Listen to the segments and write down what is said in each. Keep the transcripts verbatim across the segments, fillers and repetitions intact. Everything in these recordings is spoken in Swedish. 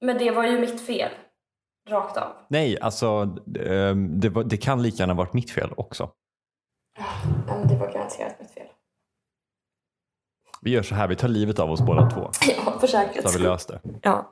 Men det var ju mitt fel. Rakt av. Nej, alltså det, var, det kan lika gärna varit mitt fel också. Ja, men det var garanterat mitt fel. Vi gör så här, vi tar livet av oss båda två. Ja, för säkerhet. Så har vi löst det. Ja.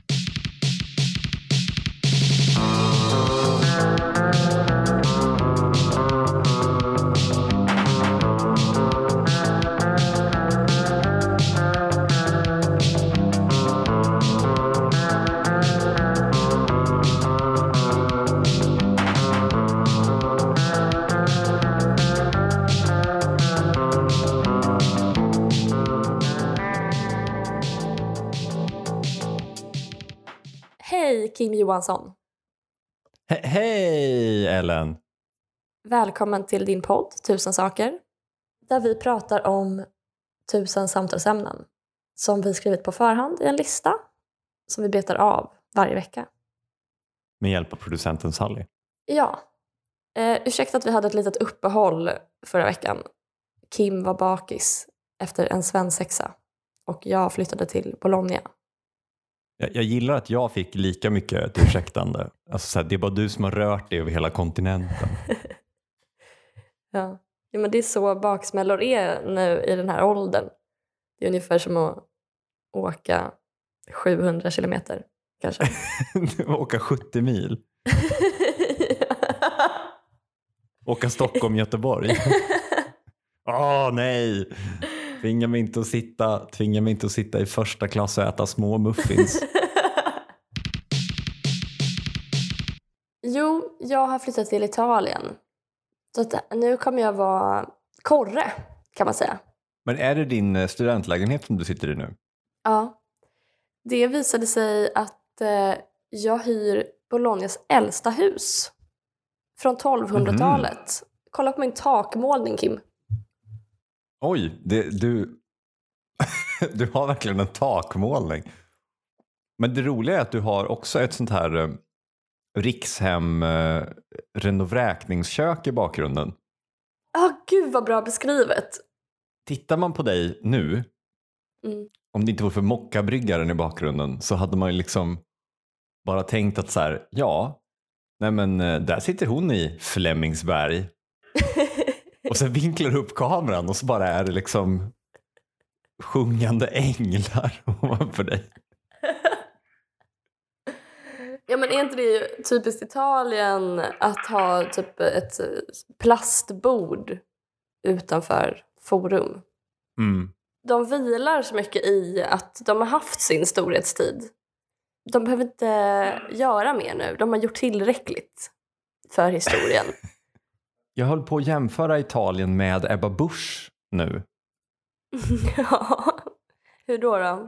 Hej Kim Johansson. He- Hej Ellen. Välkommen till din podd Tusen saker. Där vi pratar om tusen samtalsämnen som vi skrivit på förhand i en lista som vi betar av varje vecka. Med hjälp av producenten Sally. Ja. Eh, ursäkta att vi hade ett litet uppehåll förra veckan. Kim var bakis efter en svensexa och jag flyttade till Bologna. Jag, jag gillar att jag fick lika mycket ursäktande. Alltså så här, det är bara du som har rört dig över hela kontinenten. Ja. Ja, men det är så baksmällor är nu i den här åldern. Det är ungefär som att åka sjuhundra kilometer kanske. Åka sjuttio mil. Åka Stockholm-Göteborg. Åh oh, nej. Tvinga mig inte att sitta, tvinga mig inte att sitta i första klass och äta små muffins. Jo, jag har flyttat till Italien. Så att nu kommer jag vara korre, kan man säga. Men är det din studentlägenhet som du sitter i nu? Ja. Det visade sig att eh, jag hyr Bolognas äldsta hus. Från tolvhundratalet. Mm. Kolla på min takmålning, Kim. Oj, det, du, du har verkligen en takmålning. Men det roliga är att du har också ett sånt här eh, Rikshem eh, renovräkningskök i bakgrunden. Ja, oh, gud vad bra beskrivet. Tittar man på dig nu, mm. om det inte vore för mockabryggaren i bakgrunden, så hade man ju liksom bara tänkt att så här, ja, nej men där sitter hon i Flemingsberg. Och sen vinklar du upp kameran och så bara är det liksom sjungande änglar ovanför dig. Ja, men är inte det typiskt Italien att ha typ ett plastbord utanför forum? Mm. De vilar så mycket i att de har haft sin storhetstid. De behöver inte göra mer nu. De har gjort tillräckligt för historien. Jag höll på att jämföra Italien med Ebba Busch nu. Ja, hur då då?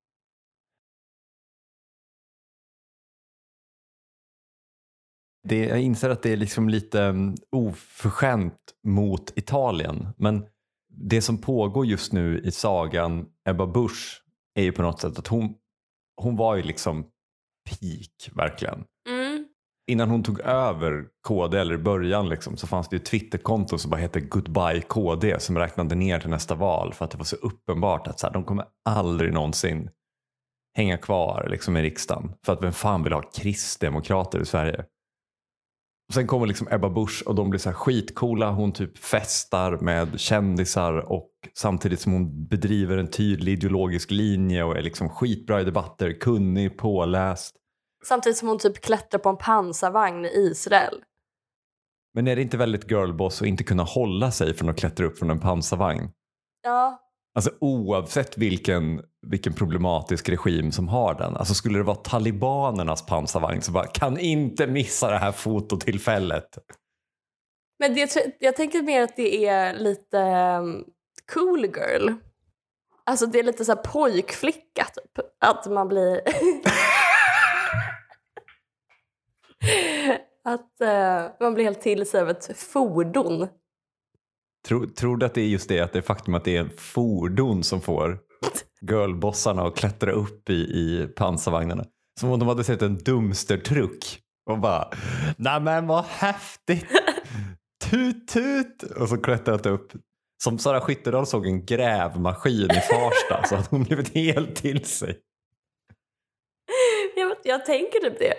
Det, jag inser att det är liksom lite oförskämt mot Italien. Men det som pågår just nu i sagan Ebba Busch är ju på något sätt att hon, hon var ju liksom peak verkligen. Mm. Innan hon tog över K D, eller i början liksom, så fanns det ju ett Twitterkonto som bara hette Goodbye K D som räknade ner till nästa val för att det var så uppenbart att så här, de kommer aldrig någonsin hänga kvar liksom, i riksdagen. För att vem fan vill ha kristdemokrater i Sverige? Och sen kommer liksom Ebba Busch och de blir så här skitcoola. Hon typ festar med kändisar och samtidigt som hon bedriver en tydlig ideologisk linje och är liksom skitbra i debatter, kunnig, påläst. Samtidigt som hon typ klättrar på en pansarvagn i Israel. Men är det inte väldigt girlboss att inte kunna hålla sig från att klättra upp från en pansarvagn? Ja. Alltså oavsett vilken, vilken problematisk regim som har den. Alltså skulle det vara talibanernas pansarvagn så bara kan inte missa det här fototillfället. Men det, jag tänker mer att det är lite um, cool girl. Alltså det är lite så här pojkflicka typ. Att man blir... att uh, man blir helt till sig av ett fordon. Tror, tror du att det är just det, att det är faktum att det är en fordon som får girlbossarna att klättra upp i, i pansarvagnarna? Som om de hade sett en dumpstertruck och bara, nej men vad häftigt, tut tut, och så klättrat upp. Som Sara Skyttedal såg en grävmaskin i Farsta så att hon blivit helt till sig. Ja, jag, jag tänker typ det.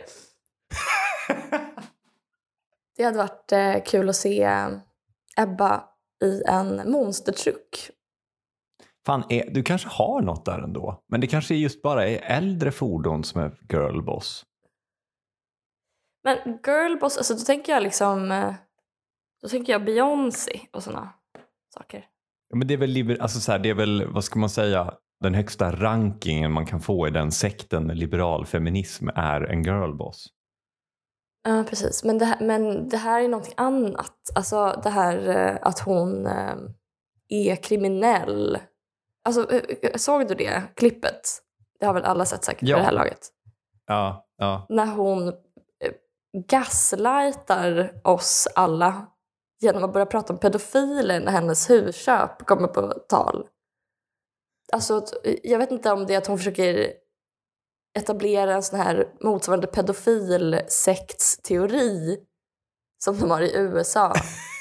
Det hade varit eh, kul att se Ebba i en monstertruck. Fan, är, du kanske har något där ändå. Men det kanske just bara är äldre fordon som är girlboss. Men girlboss, alltså då tänker jag liksom... eh, Då tänker jag Beyoncé och såna saker. Ja, men det är väl, liber- alltså så här, det är väl, vad ska man säga, den högsta rankingen man kan få i den sekten liberal feminism är en girlboss. Ja, precis. Men det, här, men det här är någonting annat. Alltså det här eh, att hon eh, är kriminell. Alltså, eh, såg du det klippet? Det har väl alla sett säkert Ja. på det här laget. Ja, ja. När hon eh, gaslightar oss alla genom att börja prata om pedofiler när hennes husköp kommer på tal. Alltså, jag vet inte om det är att hon försöker etablera en sån här motsvarande pedofilsektsteori som de har i U S A.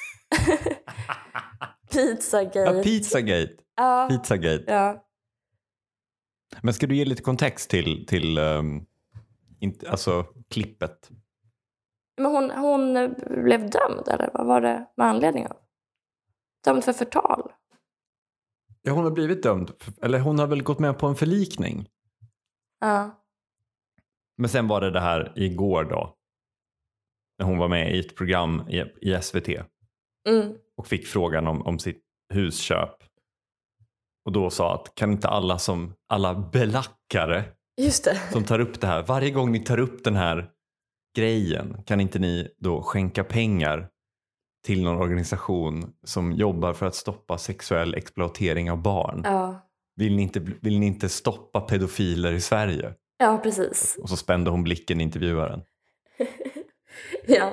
Pizzagate. Ja, Pizzagate. Ja. Pizzagate. Ja. Men ska du ge lite kontext till, till um, inte, alltså, klippet? Men hon, hon blev dömd, eller vad var det med anledning av? Dömd för förtal. Ja, hon har blivit dömd. Eller hon har väl gått med på en förlikning. Ja. Men sen var det det här igår då. När hon var med i ett program i, i S V T. Mm. Och fick frågan om, om sitt husköp. Och då sa att kan inte alla som alla belackare Just det. som tar upp det här. Varje gång ni tar upp den här grejen kan inte ni då skänka pengar till någon organisation som jobbar för att stoppa sexuell exploatering av barn. Ja. Vill ni inte, vill ni inte stoppa pedofiler i Sverige? Ja, precis. Och så spände hon blicken i intervjuaren. Ja.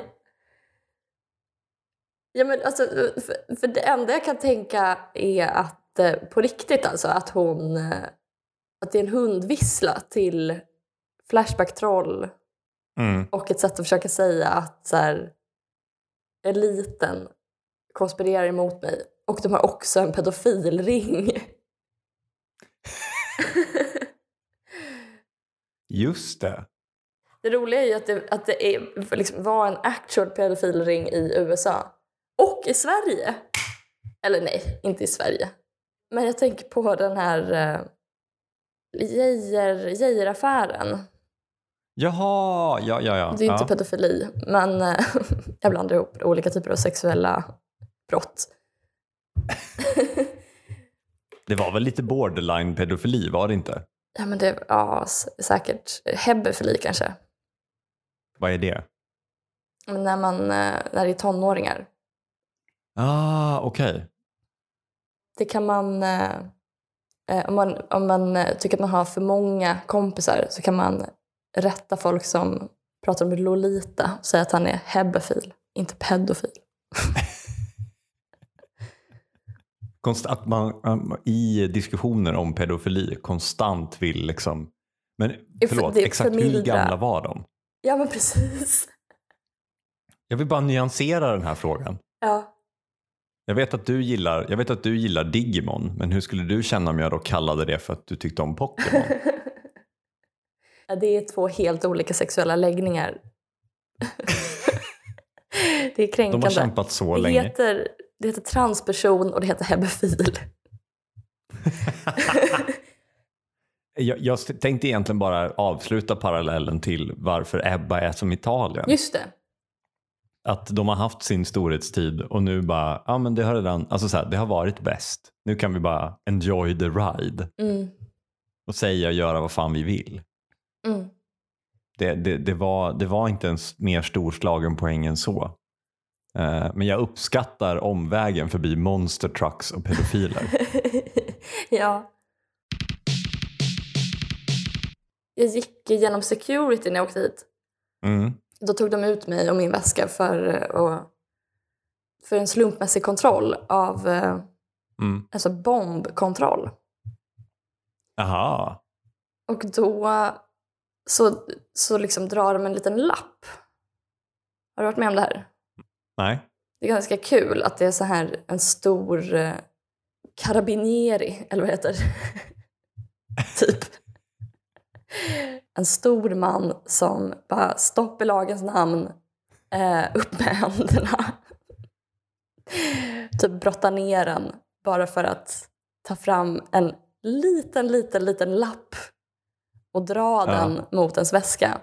Ja, men alltså, för, för det enda jag kan tänka är att eh, på riktigt alltså, att hon eh, att det är en hundvissla till Flashback-troll Mm. och ett sätt att försöka säga att så här, eliten konspirerar emot mig och de har också en pedofilring. Just det. Det roliga är ju att det, att det är, liksom, var en actual pedofilring i U S A. Och i Sverige. Eller nej, inte i Sverige. Men jag tänker på den här uh, Geijer, Geijer-affären. Jaha, ja, ja, ja. Det är inte ja. pedofili, men uh, jag blandar ihop olika typer av sexuella brott. Det var väl lite borderline pedofili, var det inte? Ja, men det ja, säkert. Hebefili kanske. Vad är det? Men när, man, när det är tonåringar. Ah, okej. Okay. Det kan man, eh, om man... Om man tycker att man har för många kompisar så kan man rätta folk som pratar om Lolita och säga att han är hebefil, inte pedofil. Konst, att man um, i diskussioner om pedofili konstant vill liksom... Men förlåt, det exakt förmildra. hur gamla var de? Ja, men precis. Jag vill bara nyansera den här frågan. Ja. Jag vet att du gillar, jag vet att du gillar Digimon, men hur skulle du känna om jag då kallade det för att du tyckte om Pokémon? Ja, det är två helt olika sexuella läggningar. Det är kränkande. De har kämpat så det länge. Heter, det heter transperson och det heter hebefil. jag, jag tänkte egentligen bara avsluta parallellen till varför Ebba är som Italien. Just det. Att de har haft sin storhetstid och nu bara, ja men det har redan, alltså så här, det har varit bäst. Nu kan vi bara enjoy the ride. Mm. Och säga och göra vad fan vi vill. Mm. Det, det, det, var, det var inte en mer storslagen poäng än så. Uh, men jag uppskattar omvägen förbi monster trucks och pedofiler. Ja. Jag gick igenom security när jag åkte hit. Mm. Då tog de ut mig och min väska för, och, för en slumpmässig kontroll av Mm. alltså bombkontroll. Aha. Och då så, så liksom drar de en liten lapp. Har du varit med om det här? Nej. Det är ganska kul att det är så här en stor eh, carabinieri, eller vad heter det? Typ. en stor man som bara stopp i lagens namn, eh, upp med händerna. Typ brotta ner den bara för att ta fram en liten, liten, liten lapp och dra Ja. den mot ens väska.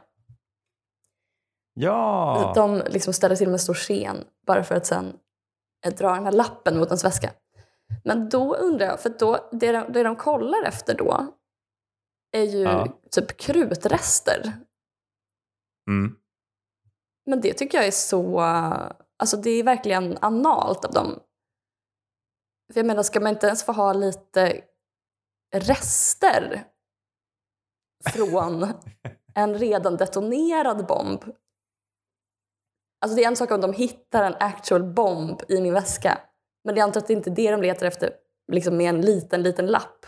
Ja! De liksom ställer till med en stor scen bara för att sen eh, dra den här lappen mot ens väska. Men då undrar jag, för då, det, de, det de kollar efter då är ju Ja. typ krutrester. Mm. Men det tycker jag är så... Alltså det är verkligen analt av dem. För jag menar, ska man inte ens få ha lite rester från en redan detonerad bomb? Alltså det är en sak om de hittar en actual bomb i min väska. Men jag antar att det inte är det de letar efter, liksom med en liten, liten lapp.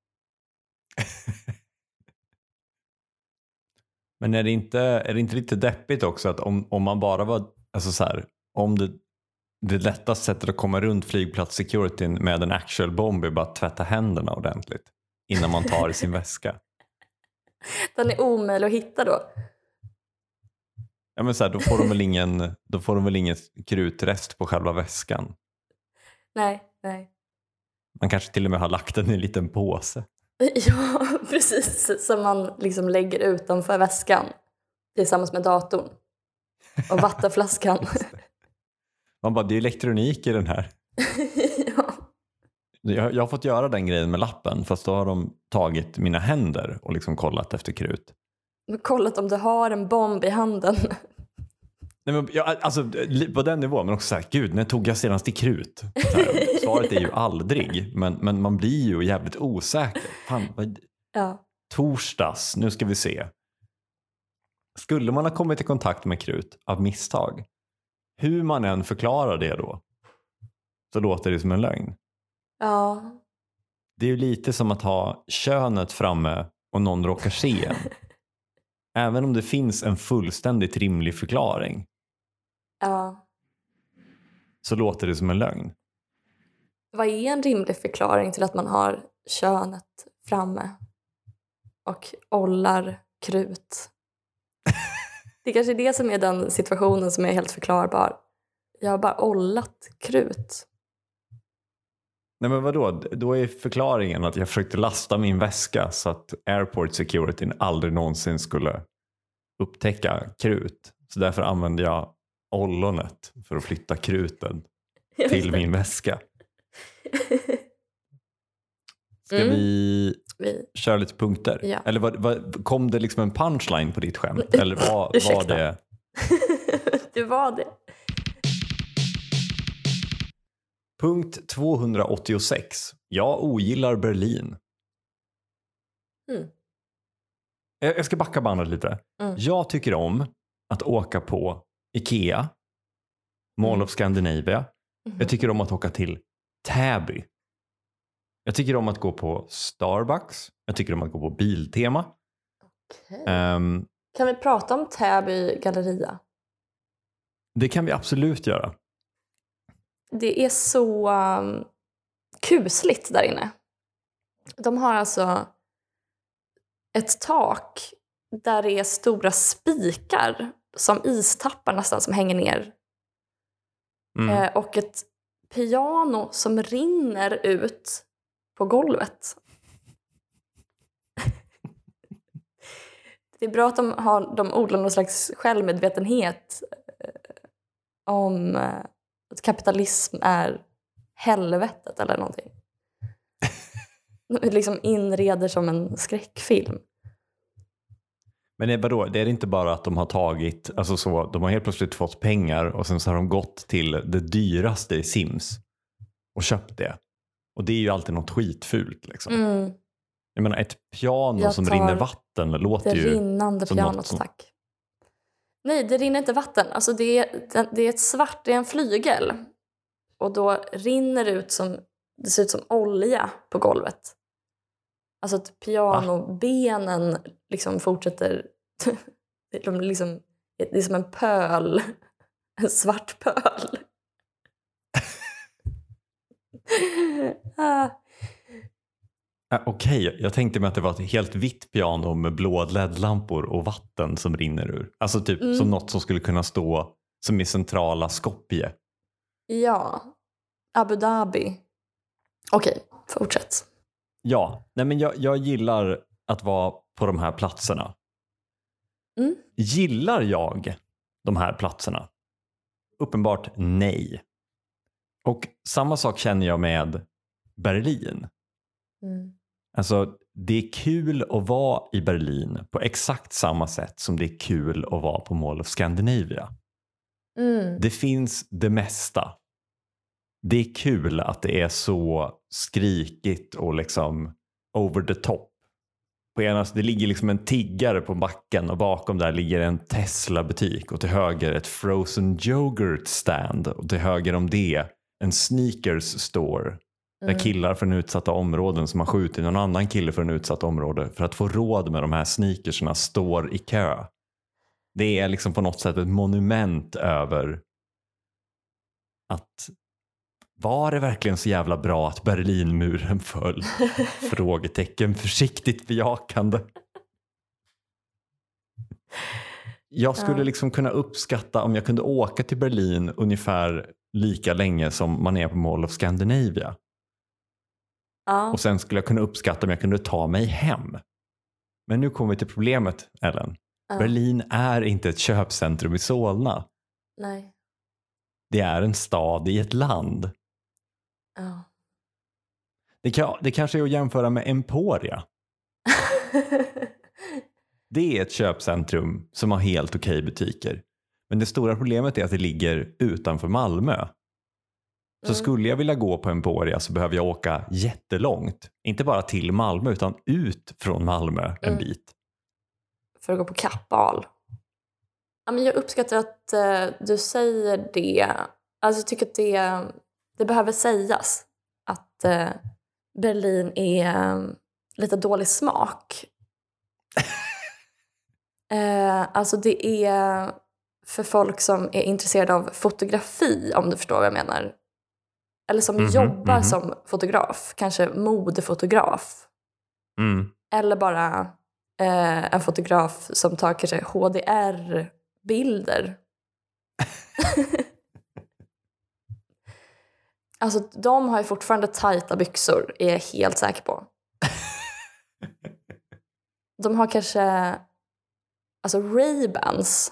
Men är det inte, är det inte lite deppigt också att om, om man bara var, alltså så här, om det, det lättaste sättet att komma runt flygplats-securityn med en actual bomb är bara att tvätta händerna ordentligt innan man tar i sin väska. Den är omöjlig att hitta då. Ja, men så här, då får de väl ingen, då får de väl ingen krutrest på själva väskan. Nej, nej. Man kanske till och med har lagt den i en liten påse. Ja, precis. Som man liksom lägger utanför väskan tillsammans med datorn. Och vattenflaskan. Man bara, det är elektronik i den här. Ja. Jag, jag har fått göra den grejen med lappen, fast då har de tagit mina händer och liksom kollat efter krut. Men kollat om du har en bomb i handen. Nej, men, ja, alltså, på den nivån, men också så här, gud, när tog jag senast i krut? Så här, svaret är ju aldrig, men, men man blir ju jävligt osäker. Fan, vad, Ja. torsdags, nu ska vi se. Skulle man ha kommit i kontakt med krut av misstag, hur man än förklarar det då, så låter det som en lögn. Ja. Det är ju lite som att ha könet framme och någon råkar se en. Även om det finns en fullständigt rimlig förklaring, Ja. så låter det som en lögn. Vad är en rimlig förklaring till att man har könet framme och ollar krut? Det kanske är det som är den situationen som är helt förklarbar. Jag har bara ollat krut. Nej, men vadå? Då är förklaringen att jag försökte lasta min väska så att airport securityn aldrig någonsin skulle upptäcka krut. Så därför använde jag ollonet för att flytta kruten till min väska. Ska Mm. vi Vi. köra lite punkter? Ja. Eller var, var, kom det liksom en punchline på ditt skämt? Eller var, var Ursäkta. det... Det var det. Punkt tvåhundraåttiosex. Jag ogillar Berlin. Mm. Jag jag ska backa bandet lite. Mm. Jag tycker om att åka på Ikea, Mall Mm. of Scandinavia. Mhm. Jag tycker om att åka till Täby. Jag tycker om att gå på Starbucks. Jag tycker om att gå på Biltema. Okej. Ehm, Kan vi prata om Täby galleria? det kan vi absolut göra. Det är så um, kusligt där inne. De har alltså ett tak där det är stora spikar som istappar nästan som hänger ner. Mm. Eh, och ett piano som rinner ut på golvet. Det är bra att de, har, de odlar någon slags självmedvetenhet eh, om eh, att kapitalism är helvetet eller någonting. Liksom inreder som en skräckfilm. Men det, vadå? Det är inte bara att de har tagit, alltså så, de har helt plötsligt fått pengar och sen så har de gått till det dyraste i Sims och köpt det. Och det är ju alltid något skitfult liksom. Mm, Jag menar, ett piano Jag som tar rinner vatten låter det ju rinnande som pianot, något som- tack. Nej, det rinner inte vatten. Alltså det är, det är ett svart, det är en flygel. Och då rinner det ut som, det ser ut som olja på golvet. Alltså att pianobenen liksom fortsätter, de liksom, det är som en pöl, en svart pöl. ah. Äh, Okej, okay. Jag tänkte mig att det var ett helt vitt piano med blå L E D-lampor och vatten som rinner ur. Alltså typ mm. som något som skulle kunna stå som i centrala Skopje. Ja, Abu Dhabi. Okej, okay, fortsätt. Ja, nej men jag, jag gillar att vara på de här platserna. Mm. Gillar jag de här platserna? Uppenbart nej. Och samma sak känner jag med Berlin. Mm. Alltså det är kul att vara i Berlin på exakt samma sätt som det är kul att vara på Mall of Scandinavia. Mm. Det finns det mesta. Det är kul att det är så skrikigt och liksom over the top. På ena, det ligger liksom en tiggare på backen och bakom där ligger en Tesla-butik och till höger ett frozen yoghurt stand och till höger om det en sneakers store. Där Mm. killar från utsatta områden som har skjutit någon annan kille från en utsatt område för att få råd med de här sneakersna står i kö. Det är liksom på något sätt ett monument över att var det verkligen så jävla bra att Berlinmuren föll? Frågetecken försiktigt bejakande. Jag skulle liksom kunna uppskatta om jag kunde åka till Berlin ungefär lika länge som man är på Mall of Scandinavia. Ja. Och sen skulle jag kunna uppskatta om jag kunde ta mig hem. Men nu kommer vi till problemet, Ellen. Ja. Berlin är inte ett köpcentrum i Solna. Nej. Det är en stad i ett land. Ja. Det, kan, det kanske är att jämföra med Emporia. Det är ett köpcentrum som har helt okej butiker. Men det stora problemet är att det ligger utanför Malmö. Så Mm. skulle jag vilja gå på Emporia så behöver jag åka jättelångt. Inte bara till Malmö utan ut från Malmö en Mm. bit. För att gå på Kappahl. Ja, men jag uppskattar att eh, du säger det. Alltså jag tycker att det, det behöver sägas. Att eh, Berlin är eh, lite dålig smak. eh, alltså det är för folk som är intresserade av fotografi, om du förstår vad jag menar. Eller som Mhm, jobbar mhm. som fotograf. Kanske modefotograf. Mm. Eller bara eh, en fotograf som tar kanske H D R-bilder. Alltså de har ju fortfarande tajta byxor, är jag helt säker på. De har kanske alltså Ray-Bans.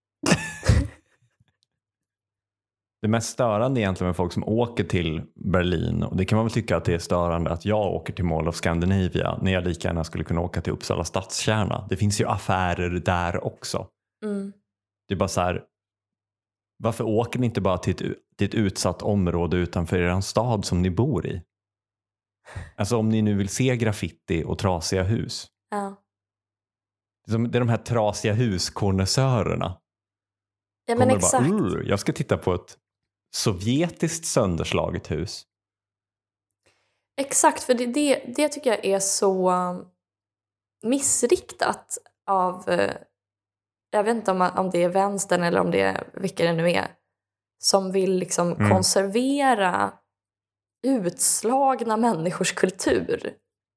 Det mest störande egentligen med folk som åker till Berlin, och det kan man väl tycka att det är störande att jag åker till Mall of Scandinavia när jag lika gärna skulle kunna åka till Uppsala stadskärna. Det finns ju affärer där också. Mm. Det är bara så här, varför åker ni inte bara till ett, till ett utsatt område utanför er stad som ni bor i? Alltså om ni nu vill se graffiti och trasiga hus. Ja. Det är de här trasiga huskonnässörerna. Ja men Kommer exakt. bara, uh, jag ska titta på ett sovjetiskt sönderslaget hus. Exakt, för det, det, det tycker jag är så missriktat av, eh, jag vet inte om, om det är vänstern eller om det är vilka det nu är, som vill liksom Mm. konservera utslagna människors kultur.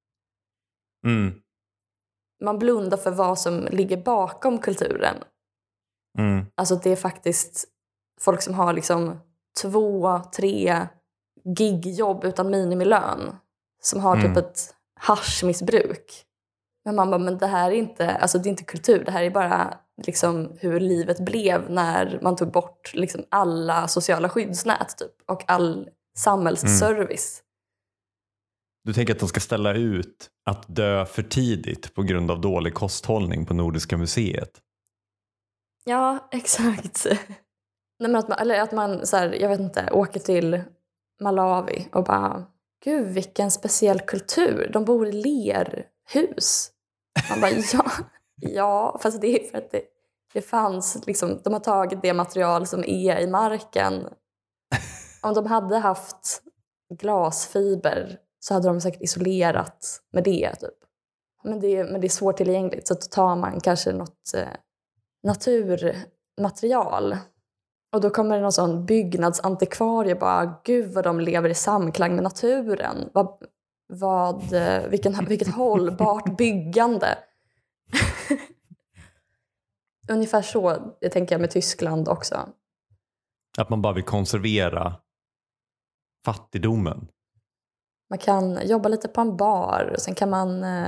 Mm. Man blundar för vad som ligger bakom kulturen. Mm. Alltså det är faktiskt folk som har liksom två, tre gigjobb utan minimilön. Som har Mm. typ ett haschmissbruk. Men man bara, men det här är inte, alltså det är inte kultur. Det här är bara liksom hur livet blev när man tog bort liksom alla sociala skyddsnät typ. Och all samhällsservice. Mm. Du tänker att de ska ställa ut att dö för tidigt på grund av dålig kosthållning på Nordiska museet? Ja, exakt. Nej, men att man, eller att man så här, jag vet inte, åker till Malawi och bara, gud vilken speciell kultur. De bor i lerhus. Man bara, ja, ja, fast det är för att det, det fanns, liksom, de har tagit det material som är i marken. Om de hade haft glasfiber så hade de säkert isolerat med det typ. Men det, men det är svårtillgängligt, så då tar man kanske något eh, naturmaterial. Och då kommer det någon sån byggnadsantikvarie och bara, gud vad de lever i samklang med naturen. Vad, vad, eh, vilken, vilket hållbart byggande. Ungefär så jag tänker jag med Tyskland också. Att man bara vill konservera fattigdomen. Man kan jobba lite på en bar och sen kan man eh,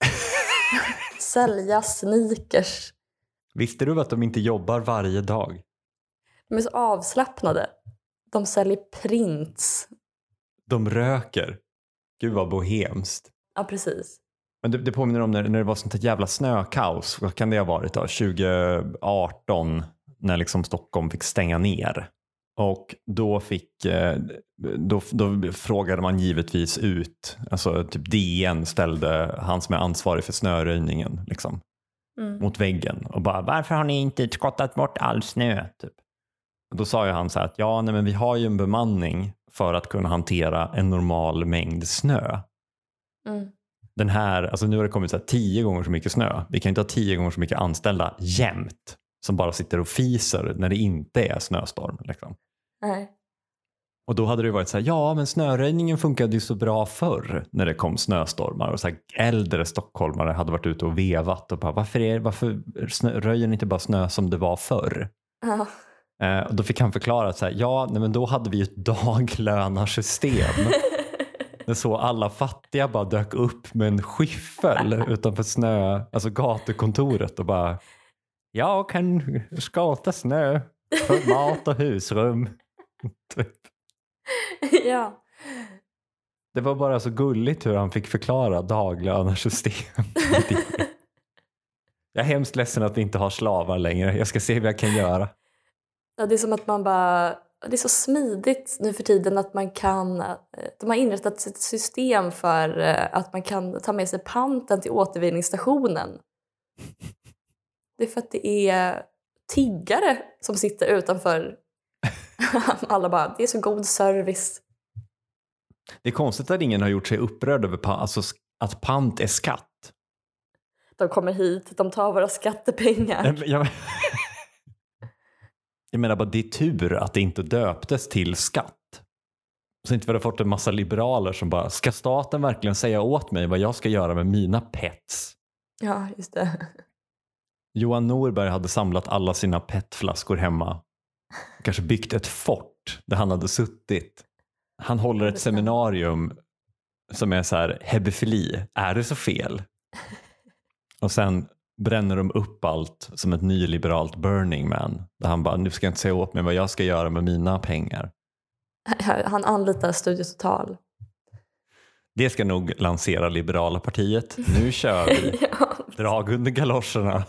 sälja sneakers. Visste du att de inte jobbar varje dag? De är så avslappnade. De säljer prints. De röker. Gud vad bohemskt. Ja, precis. Men det, det påminner om när, när det var sånt ett jävla snökaos. Vad kan det ha varit då? tjugo arton när liksom Stockholm fick stänga ner. Och då fick eh, då, då frågade man givetvis ut, alltså typ D N ställde han som är ansvarig för snöröjningen liksom, mm. mot väggen och bara, varför har ni inte skottat bort all snö? Typ. Och då sa ju han så här att ja, nej, men vi har ju en bemanning för att kunna hantera en normal mängd snö. Mm. Den här, alltså nu har det kommit så här tio gånger så mycket snö. Vi kan inte ha tio gånger så mycket anställda jämt som bara sitter och fiser när det inte är snöstorm. Liksom. Nej. Och då hade det varit så här, ja men snöröjningen funkade ju så bra förr när det kom snöstormar. Och så här, äldre stockholmare hade varit ute och vevat och bara, varför, är, varför snö, röjer ni inte bara snö som det var förr? Ja. Eh, och då fick han förklara så här, ja nej, men då hade vi ett daglönarsystem. Det så alla fattiga bara dök upp med en skyffel utanför snö, alltså gatukontoret och bara, jag kan skata snö för mat och husrum. Typ. Ja. Det var bara så gulligt hur han fick förklara daglönarsystem. Jag är hemskt ledsen att vi inte har slavar längre. Jag ska se vad jag kan göra. Ja, det är som att man bara, det är så smidigt nu för tiden att man kan, de har inrättat ett system för att man kan ta med sig panten till återvinningsstationen. Det är för att det är tiggare som sitter utanför. Alla bara, det är så god service. Det är konstigt att ingen har gjort sig upprörd över pa- alltså att pant är skatt. De kommer hit, de tar våra skattepengar. Jag, jag menar bara, det är tur att det inte döptes till skatt. Så inte vi hade fått en massa liberaler som bara, ska staten verkligen säga åt mig vad jag ska göra med mina pets? Ja, just det. Johan Norberg hade samlat alla sina petflaskor hemma. Kanske byggt ett fort där han hade suttit. Han håller ett seminarium som är så här, hebefili, är det så fel? Och sen bränner de upp allt som ett nyliberalt Burning Man. Där han bara, nu ska jag inte säga åt mig vad jag ska göra med mina pengar. Han anlitar Studio Total. Det ska nog lansera Liberala partiet. Nu kör vi. Ja. Drag under galoscherna.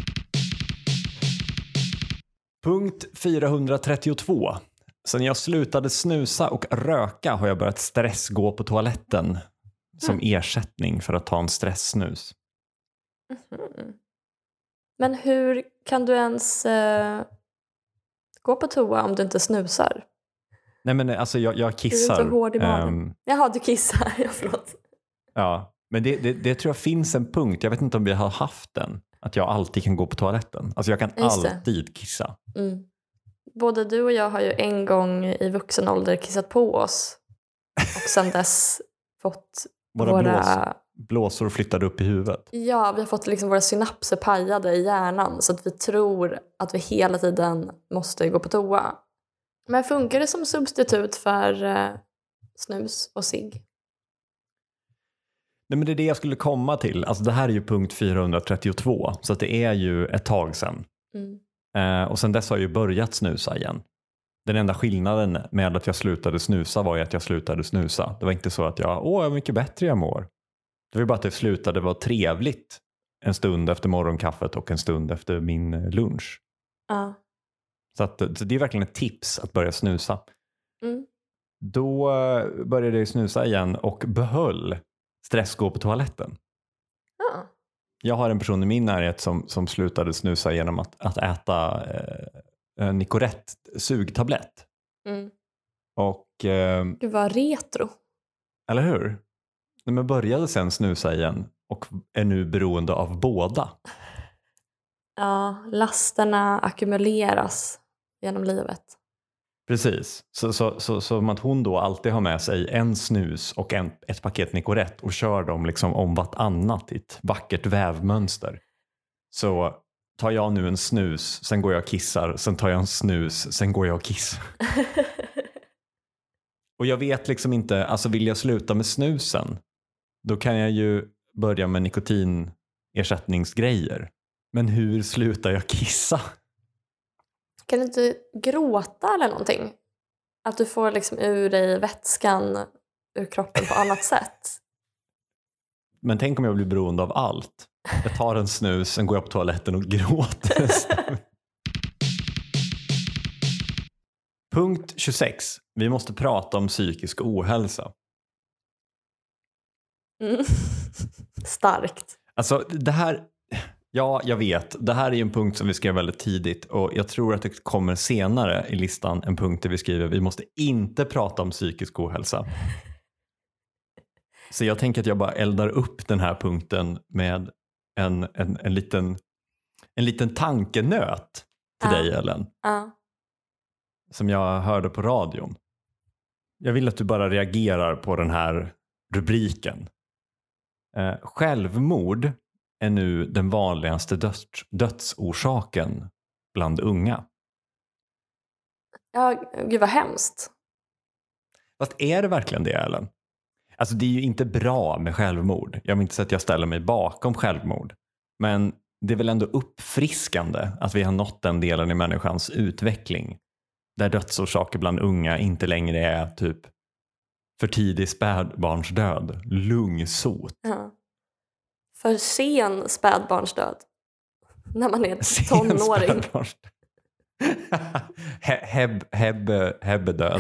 Punkt fyrahundratrettiotvå. Sen jag slutade snusa och röka har jag börjat stressgå på toaletten. Som mm. ersättning för att ta en stresssnus. Mm. Men hur kan du ens uh, gå på toa om du inte snusar? Nej men alltså jag, jag kissar. Du är inte hård i magen. Um, Jaha, du kissar. Ja, förlåt. Ja, men det, det, det tror jag finns en punkt. Jag vet inte om vi har haft den. Att jag alltid kan gå på toaletten. Alltså jag kan alltid kissa. Mm. Både du och jag har ju en gång i vuxen ålder kissat på oss. Och sen dess fått våra... våra... Blås, blåsor flyttade upp i huvudet. Ja, vi har fått liksom våra synapser pajade i hjärnan. Så att vi tror att vi hela tiden måste gå på toa. Men funkar det som substitut för uh, snus och cigg? Nej, men det är det jag skulle komma till. Alltså det här är ju punkt fyrahundratrettiotvå. Så att det är ju ett tag sedan. Mm. Eh, och sen dess har jag ju börjat snusa igen. Den enda skillnaden med att jag slutade snusa var ju att jag slutade snusa. Det var inte så att jag, åh, jag mycket bättre jag mår. Det var bara att det slutade vara trevligt en stund efter morgonkaffet och en stund efter min lunch. Uh. Så, att, så det är verkligen ett tips att börja snusa. Mm. Då började jag snusa igen och behöll stressgå på toaletten. Uh. Jag har en person i min närhet som, som slutade snusa genom att, att äta eh, en Nicorette sugtablett. Mm. Och, eh, det var retro. Eller hur? Men började sen snusa igen och är nu beroende av båda. Ja, lasterna ackumuleras genom livet. Precis, så, så, så, så att hon då alltid har med sig en snus och en, ett paket Nicorette och kör dem liksom om vartannat i ett vackert vävmönster. Så tar jag nu en snus, sen går jag och kissar, sen tar jag en snus, sen går jag och kissar. Och jag vet liksom inte, alltså vill jag sluta med snusen, då kan jag ju börja med nikotinersättningsgrejer. Men hur slutar jag kissa? Kan du inte gråta eller någonting? Att du får liksom ur dig vätskan ur kroppen på annat sätt. Men tänk om jag blir beroende av allt. Jag tar en snus, sen går jag på toaletten och gråter. Punkt tjugosex. Vi måste prata om psykisk ohälsa. Mm. Starkt. Alltså det här, ja jag vet, det här är en punkt som vi skrev väldigt tidigt och jag tror att det kommer senare i listan en punkt där vi skriver vi måste inte prata om psykisk ohälsa. Så jag tänker att jag bara eldar upp den här punkten med en, en, en, liten, en liten tankenöt till Ja. dig Ellen. Ja. Som jag hörde på radion. Jag vill att du bara reagerar på den här rubriken. Eh, självmord är nu den vanligaste döds, dödsorsaken bland unga. Ja, gud vad hemskt. Fast är det verkligen det, Ellen? Alltså det är ju inte bra med självmord. Jag vill inte säga att jag ställer mig bakom självmord. Men det är väl ändå uppfriskande att vi har nått den delen i människans utveckling. Där dödsorsaker bland unga inte längre är typ för tidig spädbarnsdöd, lungsot. Ja. För sen spädbarnsdöd. När man är Sen tonåring. spädbarnsdöd. Heb, heb, hebbedöd.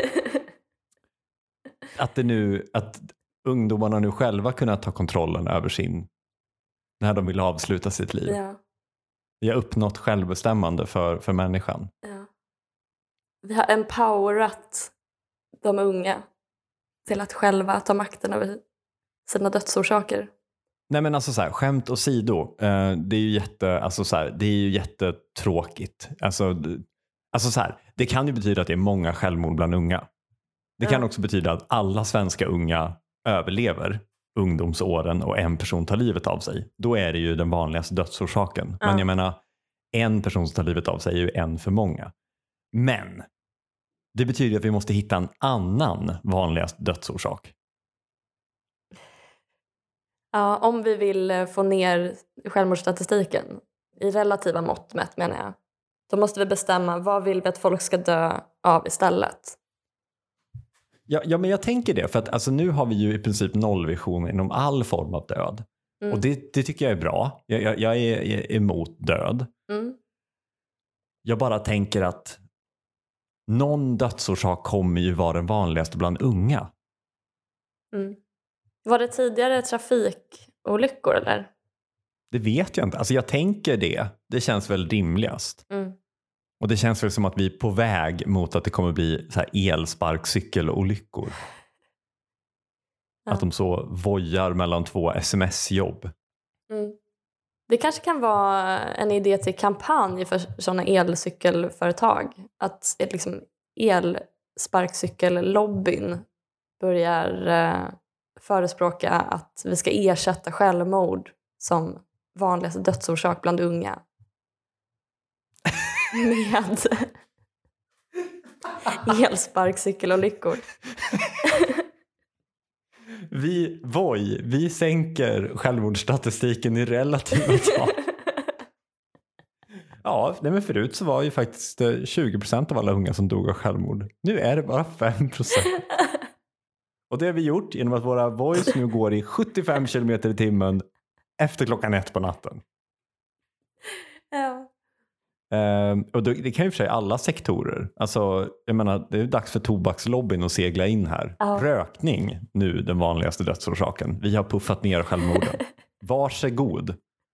Att det nu, att ungdomarna nu själva kunna ta kontrollen över sin, när de vill avsluta sitt liv. Ja. Vi har uppnått självbestämmande för, för människan. Ja. Vi har empowerat de unga till att själva ta makten över sina dödsorsaker. Nej men alltså så här, skämt åsido, eh, det är ju jätte, alltså så här, det är ju jättetråkigt. Alltså, d- alltså så här, det kan ju betyda att det är många självmord bland unga. Det kan Ja. också betyda att alla svenska unga överlever ungdomsåren och en person tar livet av sig. Då är det ju den vanligaste dödsorsaken. Ja. Men jag menar, en person som tar livet av sig är ju en för många. Men det betyder att vi måste hitta en annan vanligast dödsorsak. Ja, om vi vill eh, få ner självmordsstatistiken i relativa mått mätt menar jag. Då måste vi bestämma vad vill vi att folk ska dö av istället. Ja, ja men jag tänker det. För att alltså, nu har vi ju i princip nollvision inom all form av död. Mm. Och det, det tycker jag är bra. Jag, jag, jag är, är emot död. Mm. Jag bara tänker att någon dödsorsak kommer ju vara den vanligaste bland unga. Mm. Var det tidigare trafikolyckor eller? Det vet jag inte. Alltså jag tänker det. Det känns väl rimligast. Mm. Och det känns väl som att vi är på väg mot att det kommer bli så här elsparkcykelolyckor. Ja. Att de så vojar mellan två sms-jobb. Mm. Det kanske kan vara en idé till kampanj för sådana elcykelföretag. Att eh, liksom elsparkcykellobbyn börjar eh, förespråka att vi ska ersätta självmord som vanligaste dödsorsak bland unga. Med elsparkcykelolyckor. Vi, Voi, vi sänker självmordsstatistiken i relativa tal. Ja, nej men förut så var ju faktiskt eh, tjugo procent av alla unga som dog av självmord. Nu är det bara fem procent. Och det har vi gjort genom att våra Voice nu går i sjuttiofem kilometer i timmen efter klockan ett på natten. Ja. Ehm, och det, det kan ju för sig alla sektorer. Alltså, jag menar, det är dags för tobakslobbyn att segla in här. Ja. Rökning, nu den vanligaste dödsorsaken. Vi har puffat ner självmorden. Varsågod.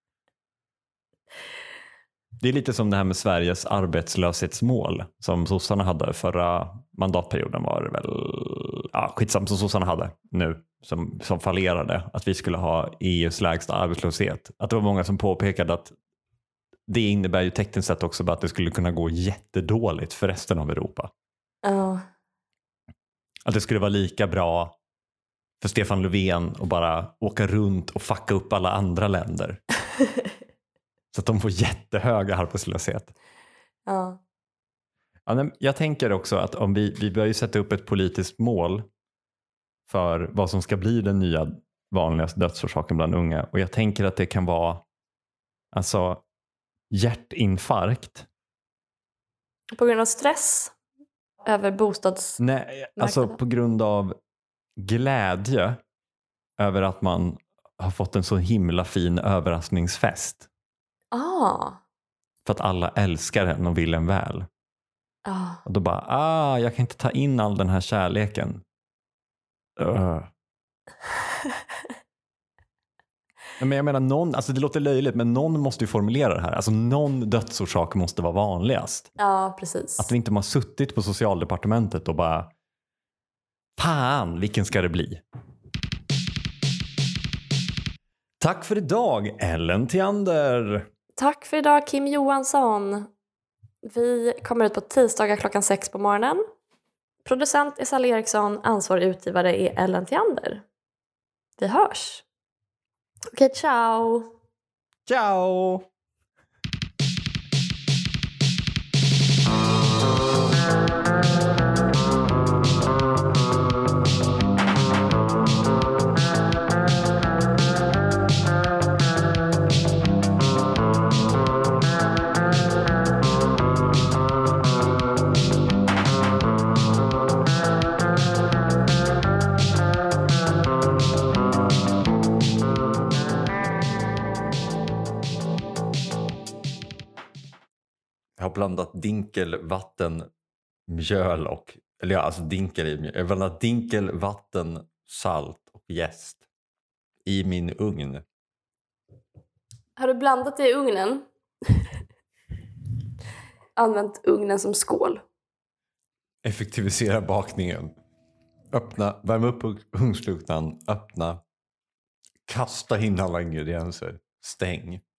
Det är lite som det här med Sveriges arbetslöshetsmål som sossarna hade förra mandatperioden var det väl, ja skitsamt som sossarna hade nu som, som fallerade, att vi skulle ha E U:s lägsta arbetslöshet. Att det var många som påpekade att det innebär ju tekniskt sett också bara att det skulle kunna gå jättedåligt för resten av Europa. Ja. Att det skulle vara lika bra för Stefan Löfven att bara åka runt och fucka upp alla andra länder. Så att de får jättehög arbetslöshet. Ja. Ja, men jag tänker också att om vi, vi börjar ju sätta upp ett politiskt mål för vad som ska bli den nya vanligaste dödsorsaken bland unga. Och jag tänker att det kan vara alltså hjärtinfarkt. På grund av stress över bostadsmarknaden? Nej, alltså på grund av glädje över att man har fått en så himla fin överraskningsfest. Ah. För att alla älskar en och vill en väl. Ah. Och då bara, ah, jag kan inte ta in all den här kärleken. Uh. Men jag menar, någon, alltså det låter löjligt, men någon måste ju formulera det här. Alltså någon dödsorsak måste vara vanligast. Ja, precis. Att vi inte har suttit på socialdepartementet och bara, fan, vilken ska det bli? Tack för idag, Ellen Theander. Tack för idag, Kim Johansson. Vi kommer ut på tisdagar klockan sex på morgonen. Producent är Sally Eriksson, ansvarig utgivare är Ellen Theander. Vi hörs. Okej, ciao. Ciao. Jag har blandat dinkel, vatten, mjöl och, eller ja, alltså dinkel i mjöl. Jag har blandat dinkel, vatten, salt och jäst i min ugn. Har du blandat det i ugnen? Använt ugnen som skål. Effektivisera bakningen. Öppna, värma upp ugnsluckan, öppna, kasta in alla ingredienser, stäng.